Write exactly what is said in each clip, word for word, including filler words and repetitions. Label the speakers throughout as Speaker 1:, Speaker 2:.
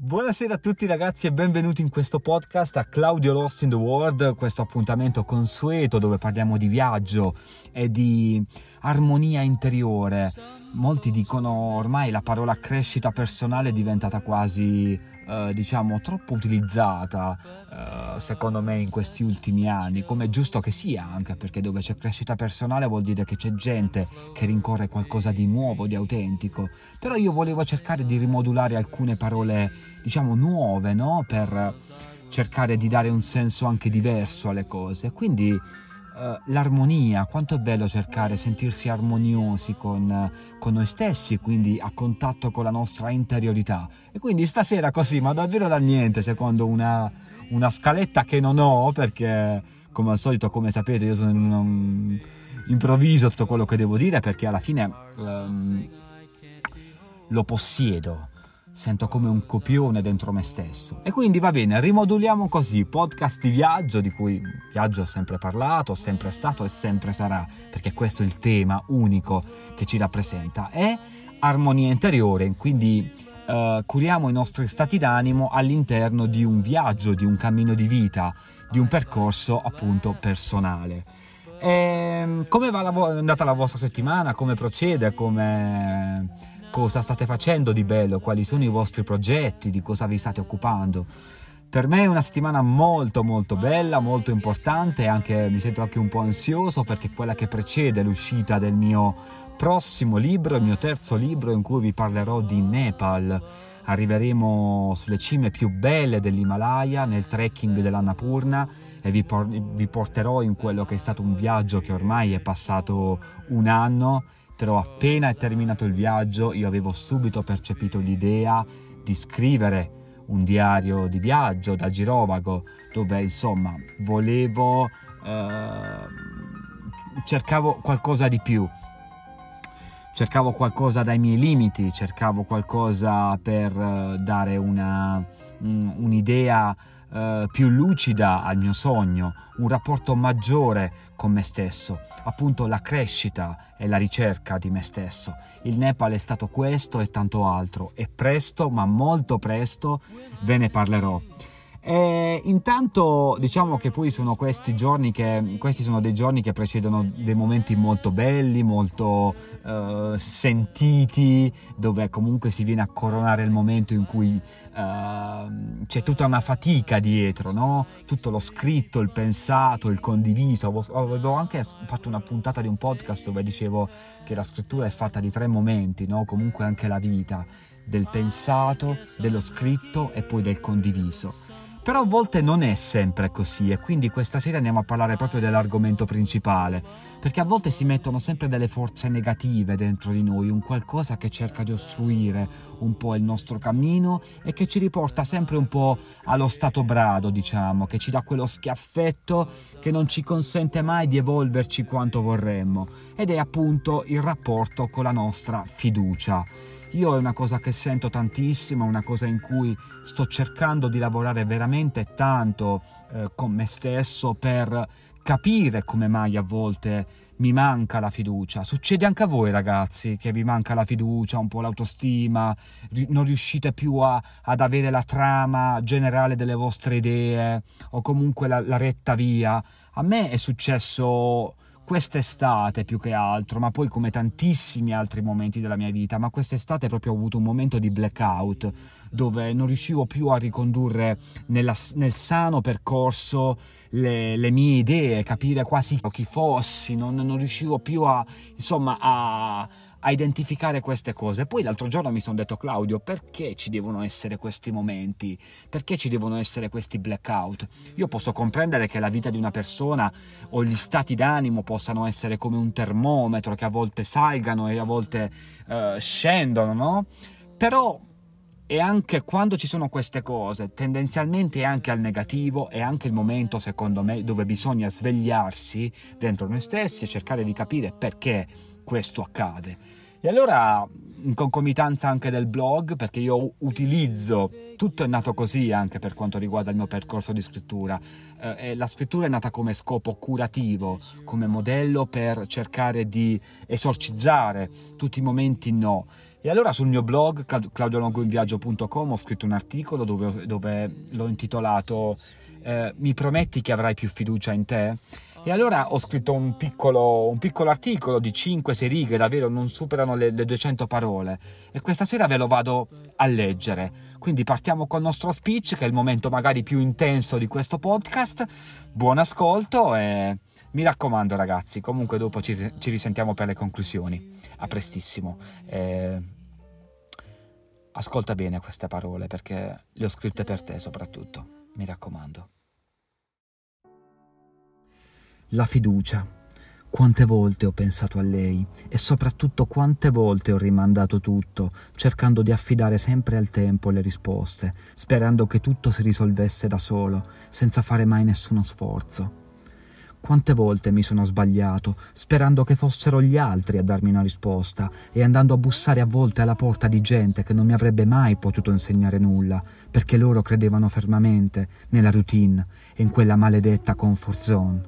Speaker 1: Buonasera a tutti ragazzi e benvenuti in questo podcast a Claudio Lost in the World, questo appuntamento consueto dove parliamo di viaggio e di armonia interiore. Molti dicono ormai la parola crescita personale è diventata quasi, eh, diciamo, troppo utilizzata, eh, secondo me in questi ultimi anni, come è giusto che sia, anche perché dove c'è crescita personale vuol dire che c'è gente che rincorre qualcosa di nuovo, di autentico. Però io volevo cercare di rimodulare alcune parole, diciamo, nuove, no? Per cercare di dare un senso anche diverso alle cose. Quindi Uh, l'armonia, quanto è bello cercare, sentirsi armoniosi con, con noi stessi, quindi a contatto con la nostra interiorità. E quindi stasera così, ma davvero da niente, secondo una, una scaletta che non ho, perché come al solito, come sapete, io sono in un, un improvviso tutto quello che devo dire, perché alla fine um, lo possiedo. Sento come un copione dentro me stesso. E quindi va bene, rimoduliamo così, podcast di viaggio, di cui viaggio ho sempre parlato, sempre stato e sempre sarà, perché questo è il tema unico che ci rappresenta, è armonia interiore, quindi eh, curiamo i nostri stati d'animo all'interno di un viaggio, di un cammino di vita, di un percorso appunto personale. E come va la vo- è andata la vostra settimana? Come procede? Come... cosa state facendo di bello, quali sono i vostri progetti, di cosa vi state occupando. Per me è una settimana molto molto bella, molto importante, e anche mi sento anche un po' ansioso perché è quella che precede l'uscita del mio prossimo libro, il mio terzo libro, in cui vi parlerò di Nepal. Arriveremo sulle cime più belle dell'Himalaya, nel trekking dell'Annapurna, e vi, por- vi porterò in quello che è stato un viaggio che ormai è passato un anno. Però appena è terminato il viaggio io avevo subito percepito l'idea di scrivere un diario di viaggio da girovago, dove insomma volevo, eh, cercavo qualcosa di più, cercavo qualcosa dai miei limiti, cercavo qualcosa per eh, dare una, un, un'idea Uh, più lucida al mio sogno, un rapporto maggiore con me stesso, appunto la crescita e la ricerca di me stesso. Il Nepal è stato questo e tanto altro, e presto, ma molto presto, ve ne parlerò. E intanto diciamo che poi sono questi giorni che questi sono dei giorni che precedono dei momenti molto belli, molto uh, sentiti, dove comunque si viene a coronare il momento in cui uh, c'è tutta una fatica dietro, no? Tutto lo scritto, il pensato, il condiviso. Avevo anche fatto una puntata di un podcast dove dicevo che la scrittura è fatta di tre momenti, no? Comunque anche la vita, del pensato, dello scritto e poi del condiviso. Però a volte non è sempre così, e quindi questa sera andiamo a parlare proprio dell'argomento principale, perché a volte si mettono sempre delle forze negative dentro di noi, un qualcosa che cerca di ostruire un po' il nostro cammino e che ci riporta sempre un po' allo stato brado, diciamo, che ci dà quello schiaffetto che non ci consente mai di evolverci quanto vorremmo, ed è appunto il rapporto con la nostra fiducia. Io è una cosa che sento tantissimo, è una cosa in cui sto cercando di lavorare veramente tanto eh, con me stesso per capire come mai a volte mi manca la fiducia. Succede anche a voi ragazzi che vi manca la fiducia, un po' l'autostima, non riuscite più a, ad avere la trama generale delle vostre idee o comunque la, la retta via? A me è successo quest'estate più che altro, ma poi come tantissimi altri momenti della mia vita, ma quest'estate proprio ho avuto un momento di blackout dove non riuscivo più a ricondurre nella, nel sano percorso le, le mie idee, capire quasi chi fossi, non, non riuscivo più a, insomma, a a identificare queste cose. Poi l'altro giorno mi sono detto: Claudio, perché ci devono essere questi momenti? Perché ci devono essere questi blackout? Io posso comprendere che la vita di una persona o gli stati d'animo possano essere come un termometro, che a volte salgano e a volte uh, scendono, no? Però e anche quando ci sono queste cose, tendenzialmente è anche al negativo, è anche il momento, secondo me, dove bisogna svegliarsi dentro noi stessi e cercare di capire perché questo accade. E allora in concomitanza anche del blog, perché io utilizzo, tutto è nato così anche per quanto riguarda il mio percorso di scrittura. Eh, la scrittura è nata come scopo curativo, come modello per cercare di esorcizzare tutti i momenti no. E allora sul mio blog claudio longo in viaggio punto com ho scritto un articolo dove, dove l'ho intitolato eh, Mi prometti che avrai più fiducia in te? E allora ho scritto un piccolo, un piccolo articolo di cinque sei righe, davvero non superano le, le duecento parole, e questa sera ve lo vado a leggere. Quindi partiamo col nostro speech, che è il momento magari più intenso di questo podcast. Buon ascolto e mi raccomando ragazzi, comunque dopo ci, ci risentiamo per le conclusioni. A prestissimo. Eh, ascolta bene queste parole, perché le ho scritte per te soprattutto, mi raccomando. La fiducia. Quante volte ho pensato a lei e soprattutto quante volte ho rimandato tutto, cercando di affidare sempre al tempo le risposte, sperando che tutto si risolvesse da solo, senza fare mai nessuno sforzo. Quante volte mi sono sbagliato, sperando che fossero gli altri a darmi una risposta e andando a bussare a volte alla porta di gente che non mi avrebbe mai potuto insegnare nulla, perché loro credevano fermamente nella routine e in quella maledetta comfort zone.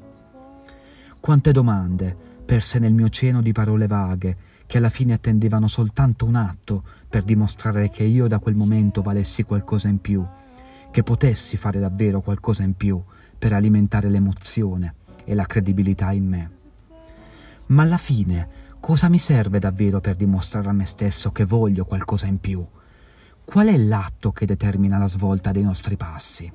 Speaker 1: Quante domande perse nel mio cieno di parole vaghe, che alla fine attendevano soltanto un atto per dimostrare che io da quel momento valessi qualcosa in più, che potessi fare davvero qualcosa in più per alimentare l'emozione e la credibilità in me. Ma alla fine cosa mi serve davvero per dimostrare a me stesso che voglio qualcosa in più? Qual è l'atto che determina la svolta dei nostri passi?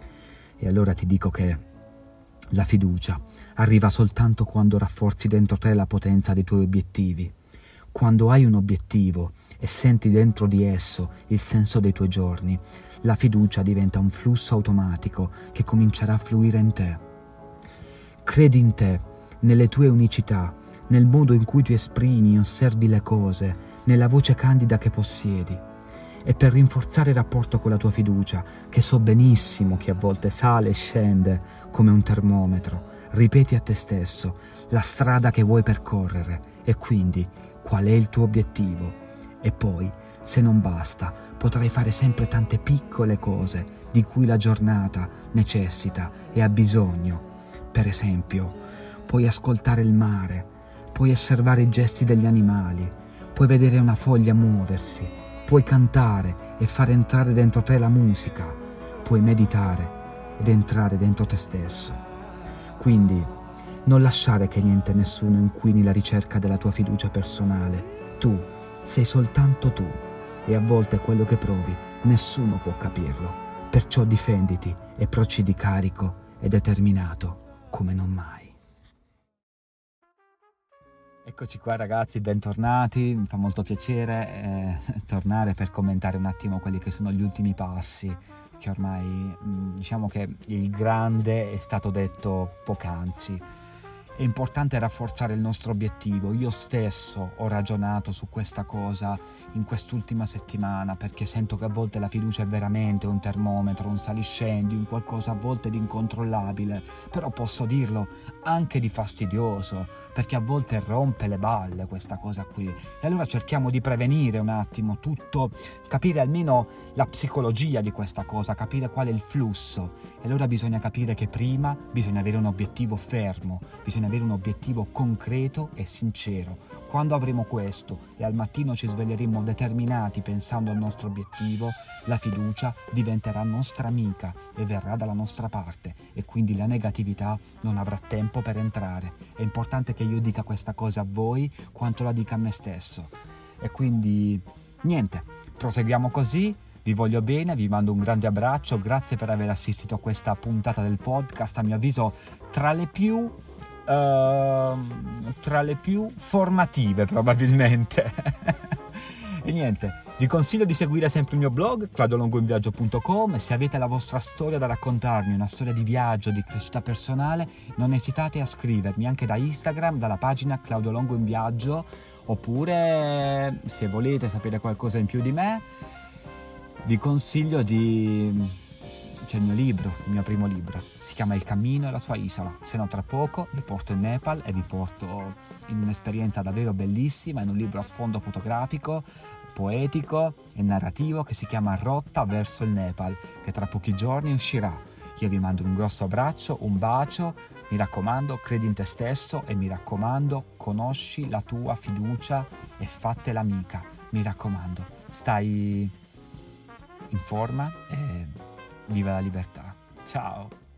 Speaker 1: E allora ti dico che la fiducia arriva soltanto quando rafforzi dentro te la potenza dei tuoi obiettivi. Quando hai un obiettivo e senti dentro di esso il senso dei tuoi giorni, la fiducia diventa un flusso automatico che comincerà a fluire in te. Credi in te, nelle tue unicità, nel modo in cui tu esprimi e osservi le cose, nella voce candida che possiedi. E per rinforzare il rapporto con la tua fiducia, che so benissimo che a volte sale e scende come un termometro, ripeti a te stesso la strada che vuoi percorrere e quindi qual è il tuo obiettivo. E poi, se non basta, potrai fare sempre tante piccole cose di cui la giornata necessita e ha bisogno. Per esempio, puoi ascoltare il mare, puoi osservare i gesti degli animali, puoi vedere una foglia muoversi, puoi cantare e far entrare dentro te la musica, puoi meditare ed entrare dentro te stesso. Quindi non lasciare che niente e nessuno inquini la ricerca della tua fiducia personale. Tu sei soltanto tu e a volte quello che provi nessuno può capirlo. Perciò difenditi e procedi carico e determinato come non mai. Eccoci qua ragazzi, bentornati, mi fa molto piacere eh, tornare per commentare un attimo quelli che sono gli ultimi passi, che ormai mh, diciamo che il grande è stato detto poc'anzi. È importante rafforzare il nostro obiettivo. Io stesso ho ragionato su questa cosa in quest'ultima settimana, perché sento che a volte la fiducia è veramente un termometro, un saliscendi, un qualcosa a volte di incontrollabile, però posso dirlo anche di fastidioso, perché a volte rompe le balle questa cosa qui. E allora cerchiamo di prevenire un attimo tutto, capire almeno la psicologia di questa cosa, capire qual è il flusso. E allora bisogna capire che prima bisogna avere un obiettivo fermo, bisogna avere un obiettivo concreto e sincero. Quando avremo questo e al mattino ci sveglieremo determinati pensando al nostro obiettivo, la fiducia diventerà nostra amica e verrà dalla nostra parte, e quindi la negatività non avrà tempo per entrare. È importante che io dica questa cosa a voi quanto la dica a me stesso. E quindi niente, proseguiamo così. Vi voglio bene, vi mando un grande abbraccio, grazie per aver assistito a questa puntata del podcast, a mio avviso tra le più uh, tra le più formative probabilmente. E niente, vi consiglio di seguire sempre il mio blog claudio longo in viaggio punto com. Se avete la vostra storia da raccontarmi, una storia di viaggio, di crescita personale, non esitate a scrivermi anche da Instagram, dalla pagina Claudio Longo in Viaggio, oppure se volete sapere qualcosa in più di me vi consiglio di c'è il mio libro, il mio primo libro, si chiama Il cammino e la sua isola. Se no tra poco vi porto in Nepal e vi porto in un'esperienza davvero bellissima, in un libro a sfondo fotografico, poetico e narrativo che si chiama Rotta verso il Nepal, che tra pochi giorni uscirà. Io vi mando un grosso abbraccio, un bacio, mi raccomando, credi in te stesso e mi raccomando, conosci la tua fiducia e fattela amica. Mi raccomando, stai in forma e viva la libertà. Ciao!